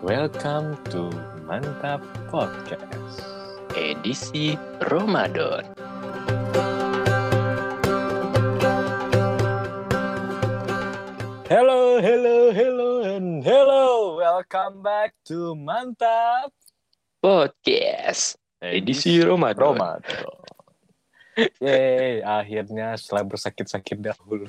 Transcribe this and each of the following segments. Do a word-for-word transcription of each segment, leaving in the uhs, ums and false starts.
Welcome to Mantap Podcast edisi Ramadan. Hello, hello, hello, and hello. Welcome back to Mantap Podcast edisi Ramadan. Ramadan. Yeay, akhirnya setelah bersakit-sakit dahulu.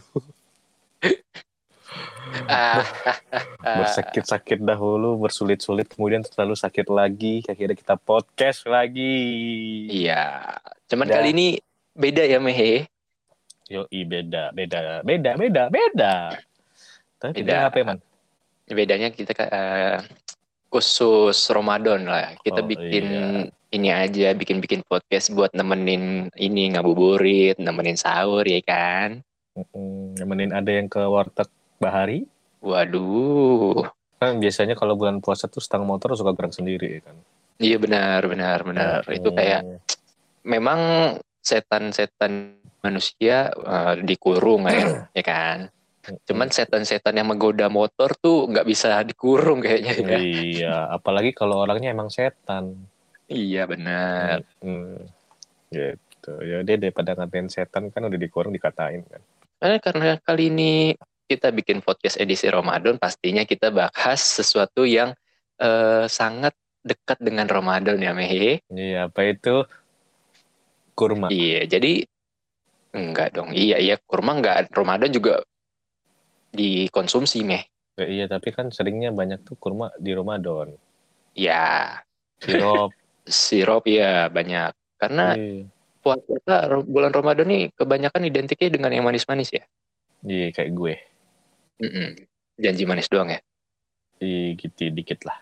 Ah, Bersakit-sakit dahulu, bersulit-sulit, kemudian terlalu sakit lagi. Akhirnya kita podcast lagi. iya, cuman Dah. kali ini beda ya Mehe. Yoi, beda, beda, beda, beda, beda. Tapi beda Beda. apa, Man? Bedanya kita uh, khusus Ramadan lah. Kita Oh, bikin iya. ini aja, bikin-bikin podcast buat nemenin ini ngabuburit, nemenin sahur ya kan. Mm-mm, nemenin ada yang ke warteg Bahari. Waduh. Kan biasanya kalau bulan puasa tuh setang motor suka gerak sendiri kan. Iya benar, benar, benar. Mm. Itu kayak memang setan-setan manusia uh, dikurung ya, ya kan. Cuman setan-setan yang menggoda motor tuh nggak bisa dikurung kayaknya ya. Iya, apalagi kalau orangnya emang setan. Iya benar. Hmm, gitu. Ya dia daripada ngatain setan kan udah dikurung dikatain kan. Eh, karena kali ini kita bikin podcast edisi Ramadan, pastinya kita bahas sesuatu yang uh, sangat dekat dengan Ramadan ya Mehe. Iya, apa itu? Kurma. Iya, jadi enggak dong. Iya, iya kurma enggak. Ramadan juga dikonsumsi Meh. Ya, iya, tapi kan seringnya banyak tuh kurma di Ramadan. Ya, Sirup. sirup ya banyak. Karena Iya, puasa kita bulan Ramadan nih kebanyakan identiknya dengan yang manis-manis ya. iya kayak gue. Mm-mm. Janji manis doang ya. Ih, gitu dikit lah.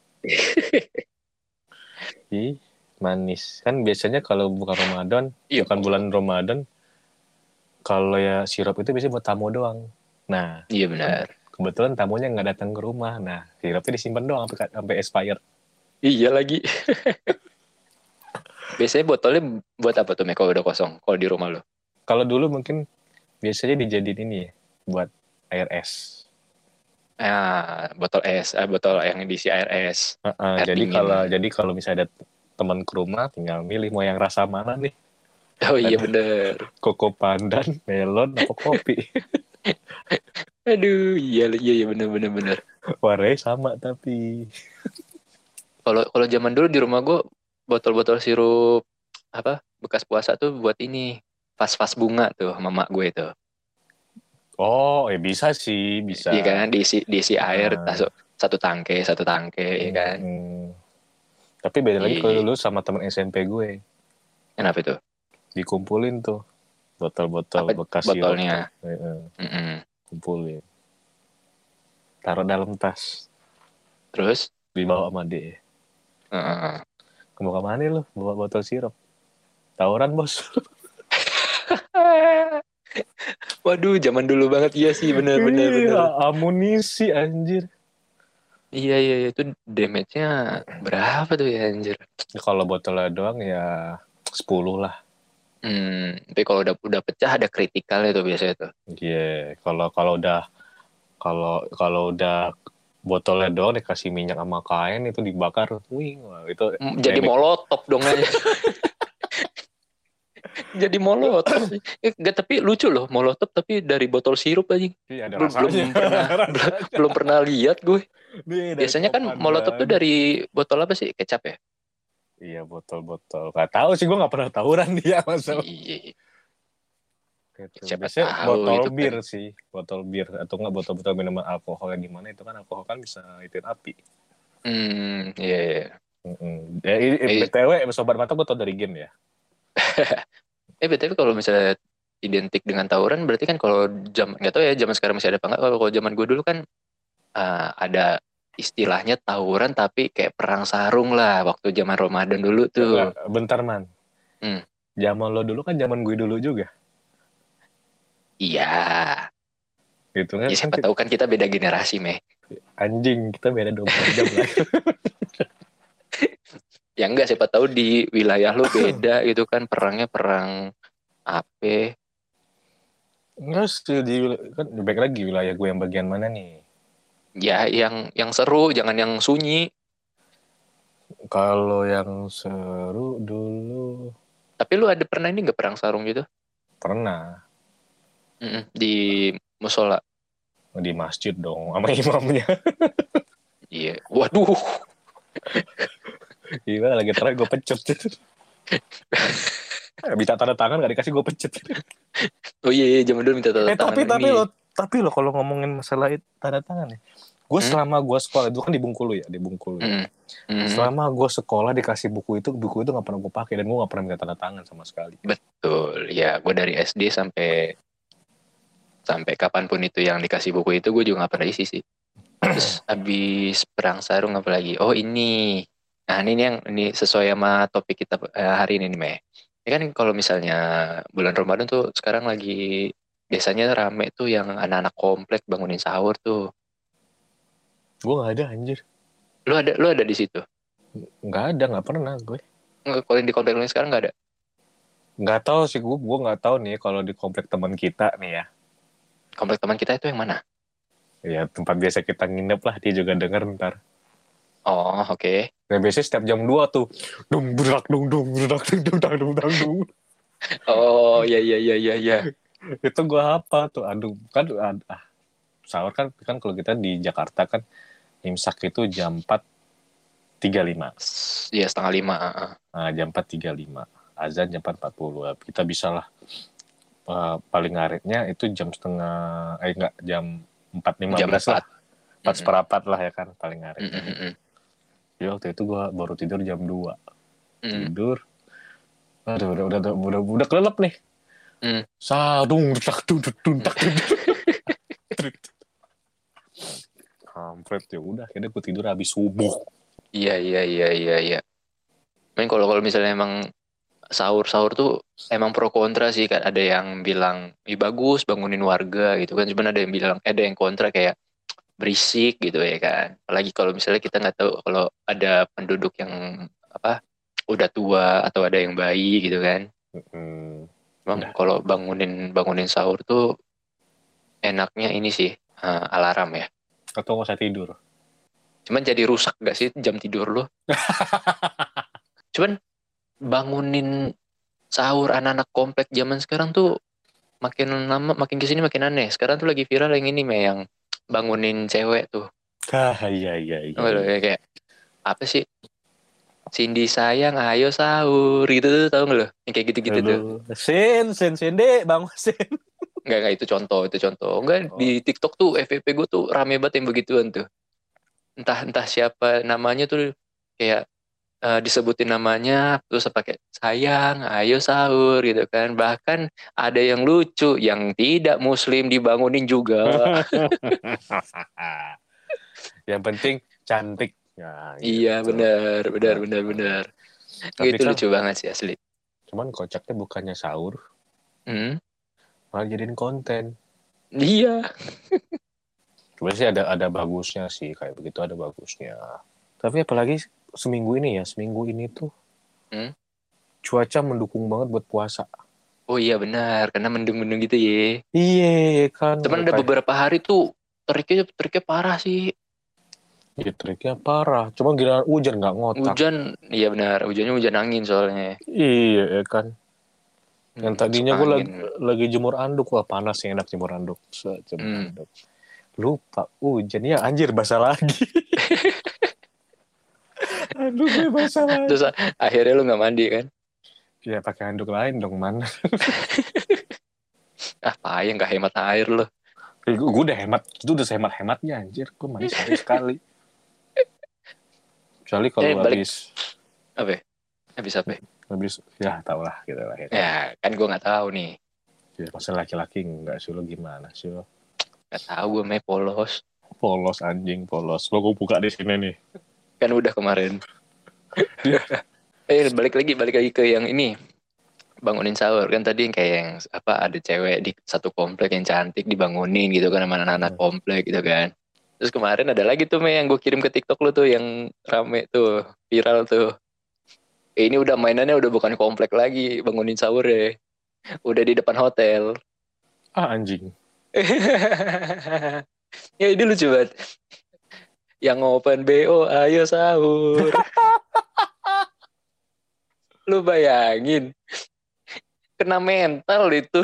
Ih, manis. Kan biasanya kalau bukan Ramadan, Iya. bukan bulan Ramadan, kalau ya sirup itu biasanya buat tamu doang. Nah, Iya benar. kebetulan tamunya nggak datang ke rumah. Nah, sirupnya disimpan doang sampai, sampai expired. Iya lagi. Biasanya botolnya buat apa tuh Mek, kalau udah kosong kalau di rumah lo? Kalau dulu mungkin biasanya dijadiin ini ya, buat air es. Ah, botol es, ah, botol yang diisi air es. Uh-uh, Air jadi dingin. kalau jadi kalau misalnya ada teman ke rumah, tinggal milih mau yang rasa mana nih. Oh iya bener. Koko pandan, melon, atau kopi. Aduh, iya iya iya bener bener bener. Warnanya sama tapi. Kalau kalau zaman dulu di rumah gue botol-botol sirup apa bekas puasa tuh buat ini vas-vas bunga tuh mama gue itu. Oh, ya bisa sih, bisa. Iya kan diisi diisi air Ah. satu, satu tangke satu tangke ya kan. Hmm. Tapi beda lagi Iya, kalau iya. dulu sama teman S M P gue. Kenapa itu? Dikumpulin tuh botol-botol Apa bekas sirup botolnya? tuh. Heeh, Mm-mm. kumpulin. Taruh dalam tas. Terus? Dibawa sama dia. Uh, Kamu kemana lu? Bawa botol sirup. Tawuran, bos. Waduh, zaman dulu banget iya sih, bener-bener Iya, bener. amunisi anjir. Iya iya iya, itu damage-nya berapa tuh ya anjir? Ya, kalau botolnya doang ya sepuluh lah. Hmm, tapi kalau udah udah pecah ada kritikalnya tuh biasanya tuh. Iya, yeah. kalau kalau udah kalau kalau udah botolnya doang dikasih minyak sama kain itu dibakar, wih, wah, itu Jadi damage. molotov dong aja. Jadi molotov. Eh, enggak, tapi lucu loh molotov tapi dari botol sirup aja. Iya, ada Belum belum rasanya. pernah belum, belum pernah lihat gue. Nih, dari Biasanya kan kopan molotov tuh banget. dari botol apa sih? Kecap ya? Iya, botol-botol. Gak tahu sih, gue gak pernah tawuran dia masa. Iya. Gitu. Siapa Biasanya tahu botol itu bir kan. sih, botol bir atau enggak botol-botol minuman alkohol yang gimana itu kan alkohol kan bisa ituin api. Hmm, iya iya. Mm-mm. Ya, i- i- Eh, B T W sobat mata gue tau dari game ya. eh B T W kalau misalnya identik dengan tawuran berarti kan kalau jam nggak tahu ya zaman sekarang masih ada apa nggak, kalau kalau zaman gue dulu kan uh, ada istilahnya tawuran tapi kayak perang sarung lah waktu zaman Ramadan dulu tuh. Enggak, bentar man. Hmm. Zaman lo dulu kan zaman gue dulu juga. Iya. Gitu kan, Ya kan siapa kita, tahu kan kita beda generasi meh. anjing kita beda dua puluh jam lah. Ya enggak, siapa tahu di wilayah lu beda gitu kan perangnya perang apa? Enggak sih, di, kan baik lagi wilayah gue yang bagian mana nih? Ya yang yang seru, jangan yang sunyi. Kalau yang seru dulu Tapi lu ada pernah ini nggak perang sarung gitu? pernah Mm-mm, di musola. di masjid dong sama imamnya. Iya. Waduh. Gila lagi terakhir gue pecut. Bisa tanda tangan gak dikasih gue pecut. Oh iya, iya zaman dulu minta tanda Eh tangan tapi tapi ini. lo tapi lo kalau ngomongin masalah itu, tanda tangan ya. Gue Hmm? selama gue sekolah itu kan di Bengkulu ya, di Bengkulu ya. Mm. Mm. Selama gue sekolah dikasih buku itu, buku itu nggak pernah gue pakai dan gue nggak pernah minta tanda tangan sama sekali. Betul. Ya, gue dari S D sampai sampai kapanpun itu yang dikasih buku itu gue juga nggak pernah isi sih. Terus abis perang sarung apa lagi? Oh ini. Nah ini yang ini sesuai sama topik kita eh, hari ini nih Mei. Ini kan kalau misalnya bulan Ramadan tuh sekarang lagi biasanya rame tuh yang anak-anak komplek bangunin sahur tuh. Gue nggak ada anjir, Lu ada lu ada di situ? nggak ada, nggak pernah gue. Nggak, kalau yang di komplek lu sekarang nggak ada? Nggak tahu sih gue, gue nggak tahu nih kalau di komplek teman kita nih ya. Komplek teman kita itu yang mana? Ya tempat biasa kita nginep lah, dia juga denger ntar. Oh oke. Okay. Nah, biasanya setiap jam dua tuh, dung berak dung dung berak dung dung dung dung dung dung. Oh iya iya iya iya iya. Itu gue apa tuh, aduh kan ah, sahur kan kan kalau kita di Jakarta kan imsak itu jam empat tiga puluh lima. Iya setengah lima. Uh, Nah, jam empat tiga puluh lima. Azan jam empat empat puluh. Kita bisa lah uh, paling ngaretnya itu jam setengah eh enggak jam empat lima jam belas lah. empat. Empat seperempat lah ya kan paling ngaretnya. Mm -mm. Jadi waktu itu gue baru tidur jam dua. Mm. Tidur. Aduh, udah udah udah udah, udah kelelep nih. Mm. Sadung tak duduk tak duduk. Kampret ya udah akhirnya gue tidur habis subuh. Iya iya iya iya iya. Main kalau kalau misalnya emang sahur sahur tuh emang pro kontra sih kan, ada yang bilang ih bagus bangunin warga gitu kan, cuman ada yang bilang ada yang kontra kayak berisik gitu ya kan, apalagi kalau misalnya kita nggak tahu kalau ada penduduk yang apa udah tua atau ada yang bayi gitu kan. Hmm, Emang udah. kalau bangunin bangunin sahur tuh enaknya ini sih eh, alarm ya, Atau nggak usah tidur. cuman jadi rusak gak sih jam tidur lo, cuman bangunin sahur anak-anak komplek zaman sekarang tuh makin lama makin kesini makin aneh. Sekarang tuh lagi viral yang ini Mei, yang bangunin cewek tuh. Ah iya iya iya. Oh, iya. ya, kayak apa sih? Cindy sayang, ayo sahur gitu tuh, tahu nggak lo? Yang kayak gitu-gitu Halo, tuh. sen sen sen dek bang sen. Enggak, enggak itu contoh, itu contoh. Enggak di Oh. TikTok tuh F Y P gue tuh rame banget yang begituan tuh. Entah entah siapa namanya tuh kayak eh, disebutin namanya terus pakai sayang, ayo sahur gitu kan. Bahkan ada yang lucu yang tidak muslim dibangunin juga. Yang penting cantik. Nah, Iya gitu. benar benar Nah, benar nah. benar. Tapi Itu kan lucu banget sih asli. cuman kocaknya bukannya sahur, Hmm? malah jadiin konten. Iya. Sebenarnya sih ada ada bagusnya sih kayak begitu ada bagusnya. Tapi apalagi seminggu ini ya, seminggu ini tuh Hmm? cuaca mendukung banget buat puasa. Oh iya benar, karena mendung-mendung gitu ya. Iya kan Cuman ada kayak beberapa hari tuh teriknya teriknya parah sih. ya, triknya parah. Cuma gila hujan nggak ngotak. Hujan, iya benar, hujannya hujan angin soalnya. Iya ya kan. Yang Hmm, masuk tadinya gue angin. lagi, lagi jemur anduk, wah panas ya enak jemur anduk. Set, jemur Hmm. anduk. Lupa hujan ya anjir basah lagi. Aduh gue basah lagi. Terus akhirnya lu nggak mandi kan? Ya pakai handuk lain dong mana. Ah payah nggak hemat air lo. Eh, gue udah hemat, itu udah hemat-hematnya anjir. Gue mandi sehari sekali. Kecuali Eh kalau balik habis apa? Ya? Habis apa? Ya? habis ya tau lah gitu lah ya. Ya kan gue nggak tahu nih. Ya, masalah laki-laki enggak sih lo gimana sih lo? Nggak tahu gue main polos. Polos anjing, polos. Lo gue buka di sini nih. Kan udah kemarin. eh balik lagi balik lagi ke yang ini. Bangunin sahur kan tadi yang kayak yang apa ada cewek di satu komplek yang cantik dibangunin gitu kan sama anak-anak Hmm. komplek gitu kan. Terus kemarin ada lagi tuh Mei yang gue kirim ke TikTok lu tuh yang rame tuh viral tuh. Eh, ini udah mainannya udah bukan komplek lagi bangunin sahur ya. Udah di depan hotel. Ah anjing. Ya ini lucu banget. Yang open B O ayo sahur. Lu bayangin. Kena mental itu.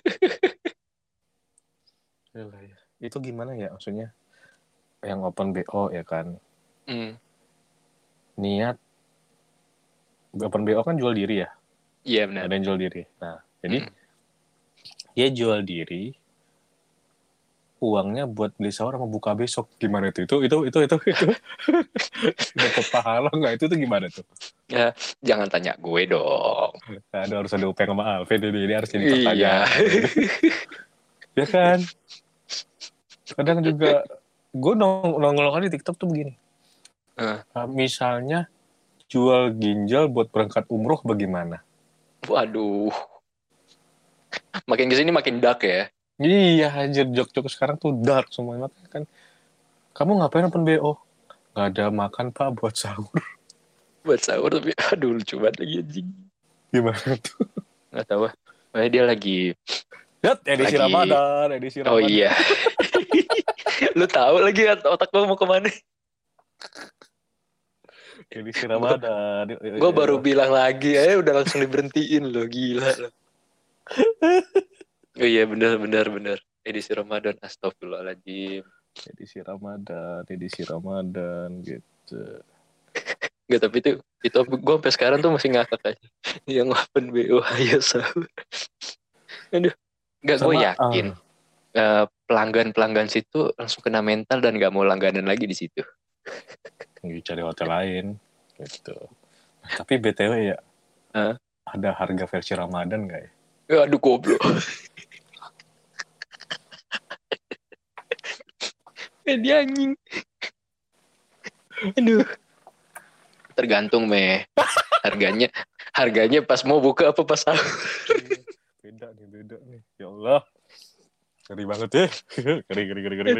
Yalah, ya. Itu gimana ya maksudnya? Yang open B O ya kan. Hmm. Niat open B O kan jual diri ya. Iya benar. Ada yang jual diri. Nah, jadi Hmm. dia jual diri, uangnya buat beli sahur sama buka besok. Gimana itu? Itu itu itu itu itu. Dapat pahala nggak itu tuh gimana tuh? Ya, jangan tanya gue dong. Nah, ada harus ada upaya sama Alvin ini, ini harus jadi Iya. pertanyaan. Ya kan? Kadang juga gue nong nongol di TikTok tuh begini. Uh, Nah, misalnya jual ginjal buat berangkat umroh bagaimana? waduh. Makin kesini makin dark ya. Iya, anjir jok-jok sekarang tuh dark semuanya kan. Kamu ngapain open B O? Gak ada makan pak buat sahur. Buat sahur tapi aduh lucu banget lagi anjing. Gimana tuh? Nggak tahu. Pokoknya dia lagi Lihat edisi lagi Ramadan, edisi oh Ramadan. iya. Lu tahu lagi otak gua mau kemana? Edisi Ramadan. Gue baru bilang lagi ya udah langsung diberhentiin lo, gila lo. Oh iya benar benar benar. Edisi Ramadan, astagfirullahaladzim. Edisi Ramadan, edisi Ramadan gitu. Gak, tapi itu itu gue sampai sekarang tuh masih ngakak aja. Yang open B O ayo sahur. Aduh, gak, gue yakin um, uh, pelanggan-pelanggan situ langsung kena mental dan gak mau langganan lagi di situ. cari hotel lain gitu. Nah, tapi B T W ya, Huh? ada harga versi Ramadan nggak ya? Aduh goblok. Eh dia anjing. Aduh. Tergantung meh. Harganya harganya pas mau buka apa pas sahur. Beda nih, beda nih. Ya Allah. Ngeri banget ya. Ngeri, ngeri, ngeri, ngeri.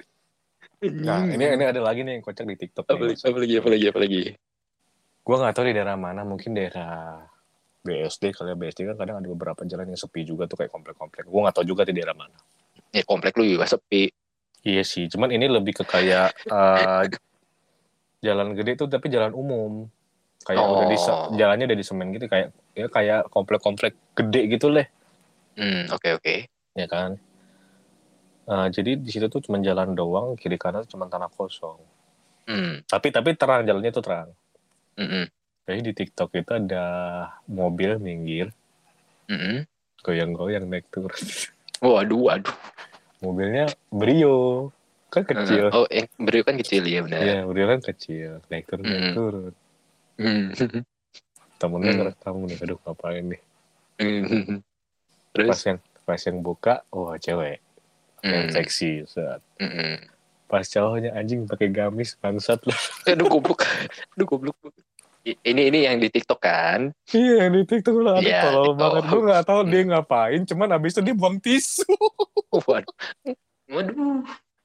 Nah, ini ini ada lagi nih yang kocak di TikTok apa, nih. apa lagi, apa lagi, apa lagi? Gue nggak tahu di daerah mana, mungkin daerah B S D. Kalau B S D kan kadang ada beberapa jalan yang sepi juga tuh kayak komplek-komplek. Gue nggak tahu juga di daerah mana. Ya komplek lu juga sepi. Iya sih, cuman ini lebih ke kayak uh, jalan gede tuh tapi jalan umum. Kayak Oh. udah di jalannya udah di semen gitu, kayak ya kayak komplek-komplek gede gitu leh. Hmm, oke okay, oke. Okay. Ya kan. Uh, jadi di situ tuh cuma jalan doang, kiri kanan cuma tanah kosong. Hmm. Tapi tapi terang, jalannya tuh terang. Mm-mm. Jadi di TikTok itu ada mobil minggir, Mm-mm. goyang-goyang naik turun. Waduh, waduh. Mobilnya Brio, kan kecil. Uh, oh, yang Brio kan kecil ya benar. Iya, Brio kan kecil, naik turun, naik Mm-mm. turun. Mm. Temennya Mm. ngerekam nih, aduh ngapain nih. Mm. Terus? Pas yang, pas yang buka, wah oh, cewek. Mm. Yang seksi, saat. Mm-mm. Pas cowoknya anjing pakai gamis, bangsat lah. Aduh goblok. Aduh goblok. Ini ini yang di TikTok kan? Iya, di TikTok lah, aduh ya, tolol banget. Gue nggak tahu hmm. dia ngapain, cuman abis itu dia buang tisu. Waduh. Waduh.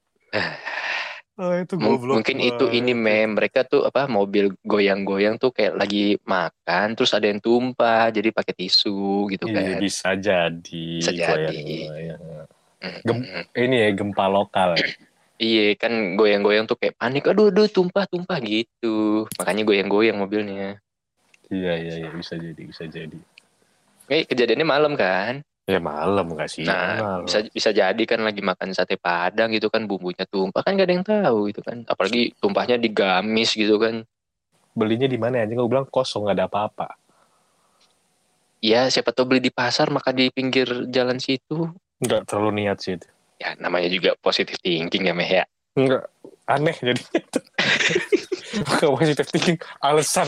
Oh, itu M- goblok mungkin banget. itu ini mem mereka tuh apa mobil goyang-goyang tuh kayak lagi makan terus ada yang tumpah jadi pakai tisu gitu kan. Iya, bisa jadi. Bisa jadi. Goyang-goyang. Mm-mm. Gem, ini ya gempa lokal. Iya kan goyang-goyang tuh kayak panik, aduh aduh tumpah-tumpah gitu. Makanya goyang-goyang mobilnya. Iya, iya, iya, bisa jadi, bisa jadi. Eh kejadiannya malam kan? Ya malam nggak sih? Nah, malam. bisa bisa jadi kan lagi makan sate Padang gitu kan bumbunya tumpah kan gak ada yang tahu gitu kan. Apalagi tumpahnya digamis gitu kan. Belinya di mana ya? Gue bilang kosong, nggak ada apa-apa. Ya siapa tahu beli di pasar maka di pinggir jalan situ. Nggak terlalu niat sih itu. Ya namanya juga positive thinking ya Meh ya. Nggak, aneh jadi itu. Bukan positive thinking, alasan.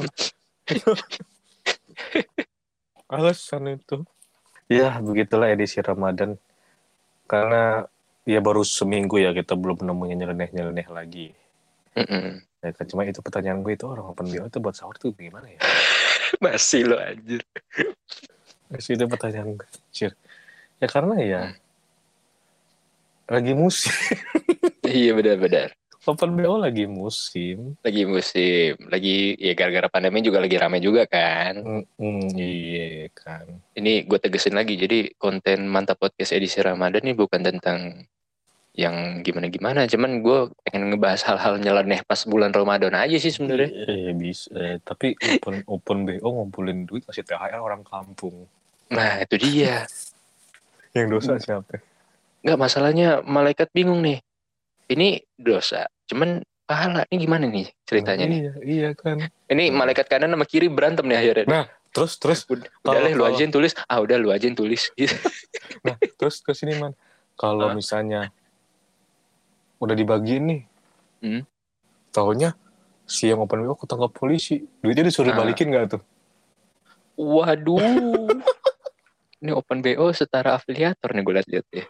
Alasan itu. Ya, begitulah edisi Ramadan. Karena ya baru seminggu ya kita belum nemunya nyeleneh-nyeleneh lagi. Mm-mm. Ya kan, cuma itu pertanyaan gue itu orang open B O itu buat sahur tuh gimana ya? Masih lo anjir. Masih itu pertanyaan gue. Anjir. Ya karena ya Hmm. lagi musim. Iya benar-benar. Open B O lagi musim. Lagi musim, lagi ya gara-gara pandemi juga lagi rame juga kan. Mm-mm, iya kan. Ini gue tegesin lagi, jadi konten Mantap Podcast edisi Ramadan ini bukan tentang yang gimana-gimana. Cuman gue pengen ngebahas hal-hal nyeleneh pas bulan Ramadan aja sih sebenarnya. Eh, bisa. Eh, tapi open open B O ngumpulin duit kasih T H R orang kampung. Nah itu dia. Yang dosa siapa? Nggak, masalahnya malaikat bingung nih. Ini dosa. Cuman pahala ini gimana nih ceritanya Nah, nih? iya, iya kan. Ini Nah. malaikat kanan sama kiri berantem nih akhirnya. Nah, terus terus udah, kalau, udah lah, lu kalau, aja yang tulis. Ah udah lu aja yang tulis. Gitu. Nah, terus ke sini man. Kalau Hah? misalnya udah dibagiin nih, Hmm? taunya si yang open B O ketangkap polisi. Duitnya disuruh Ah. balikin nggak tuh? Waduh. Ini open B O setara afiliator nih gue liat-liat ya.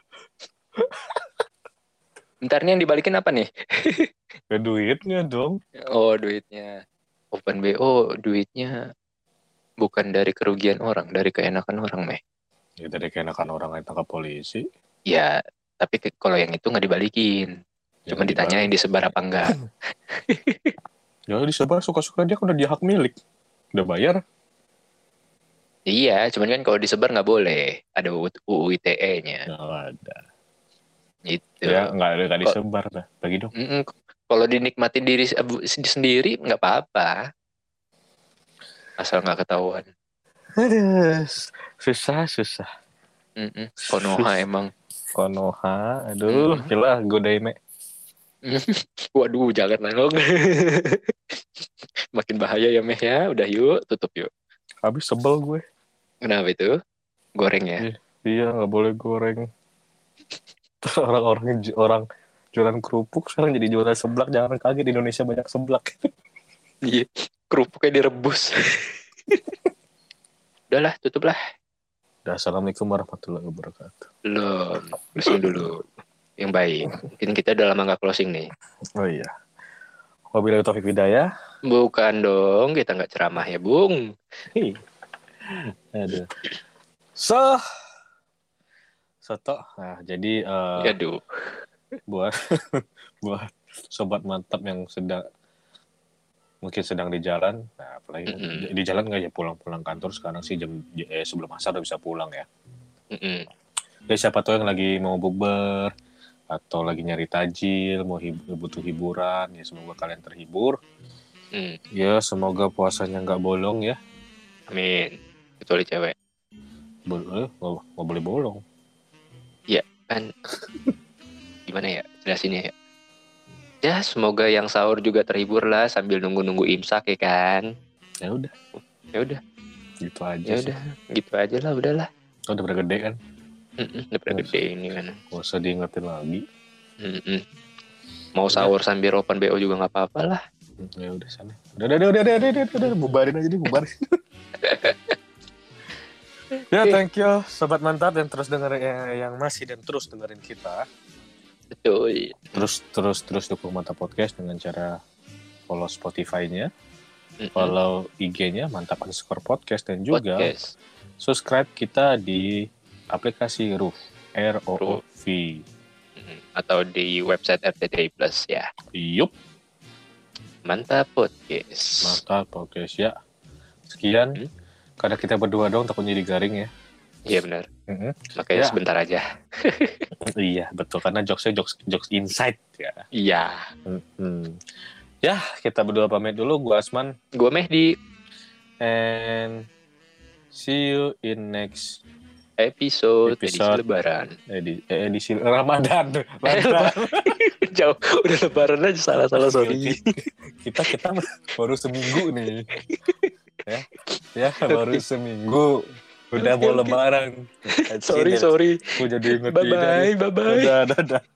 Bentar nih yang dibalikin apa nih? Ya duitnya dong. Oh duitnya. Open B O duitnya bukan dari kerugian orang, dari keenakan orang meh. Ya dari keenakan orang yang tangkap polisi. Ya tapi ke- kalau yang itu nggak dibalikin. Ya Cuma nggak ditanyain dibalik. disebar apa enggak. Ya disebar suka-suka dia, kan udah dia hak milik. Udah bayar. Iya, cuman kan kalau disebar nggak boleh. Ada U U I T E-nya. Nggak ada. Gitu. Ya nggak ada, nggak Kok- disebar dah. Bagi dong. Mm-mm. Kalau dinikmati diri se- sendiri nggak apa-apa. Asal nggak ketahuan. Aduh, susah, susah. Mm-mm. Konoha emang. Konoha, aduh, Mm-mm. gila, godain me. Waduh, jangan nanggung. Makin bahaya ya Meh ya. Udah yuk, tutup yuk. Habis sebel gue. Kenapa itu? Goreng ya? Iya, nggak boleh goreng. Orang-orang orang jualan kerupuk sekarang jadi jualan seblak. Jangan kaget, di Indonesia banyak seblak. Iya. Kerupuknya direbus. Udahlah, tutup lah. Assalamualaikum warahmatullahi wabarakatuh. Belum. Closing dulu. Yang baik. Mungkin kita udah lama nggak closing nih. Oh iya. Wabillahi taufiq hidayah. Bukan dong, kita nggak ceramah ya, Bung. Hei. Aduh. So, soto. Nah, jadi uh, Aduh. buat buat sobat mantap yang sedang mungkin sedang di jalan, nah apalagi Mm-mm. di jalan nggak ya, pulang-pulang kantor sekarang sih jam eh, sebelum asar udah bisa pulang ya. Mm-mm. Ya siapa tahu yang lagi mau bukber atau lagi nyari tajil, mau hib- butuh hiburan, ya semoga kalian terhibur. Mm. Ya semoga puasanya nggak bolong ya. Amin. Kecuali cewek. Boleh, nggak boleh bolong. Kan gimana ya jelasinnya ya? Ya semoga yang sahur juga terhibur lah sambil nunggu-nunggu imsak ya kan. Ya udah, Ya udah, gitu aja ya sih. udah, gitu aja lah, udahlah. Oh, udah pada gede kan, Mm-mm, udah pada gede ini kan. nggak usah diingetin lagi. Mm-mm. Mau sahur sambil open B O juga nggak apa-apa lah. Ya udah sana. Udah, udah, udah, udah, udah, udah, udah, udah, bubarin aja nih, bubarin. Ya, thank you sobat mantap yang terus dengerin, yang masih dan terus dengerin kita. Betul. Terus terus terus dukung Mantap Podcast dengan cara follow Spotify-nya, Mm-mm. follow I G-nya Mantap underscore Podcast, dan juga Podcast. subscribe kita di aplikasi Roof, R O O V. Mm-mm. Atau di website R T T I Plus ya. Yup, Mantap Podcast. Mantap Podcast ya. Sekian. Hmm? Karena kita berdua dong, takutnya digaring ya. Iya benar. Mm-hmm. Makanya Ya. sebentar aja. Iya betul, karena jokesnya jokes jokes inside ya. Iya. Mm-hmm. Ya, kita berdua pamit dulu. Gua Asman. Gue Mehdi. And see you in next Episode, edisi Episode. Lebaran. edi- eh, edisi Ramadan. Eh, Ramadan. Jauh, udah Lebaran aja salah-salah sorry. kita kita baru seminggu nih. Ya, ya baru seminggu. Udah Oke, mau oke. Lebaran. Sorry, sorry. Aku jadi inget Bye bye, bye bye. Dadah, dadah.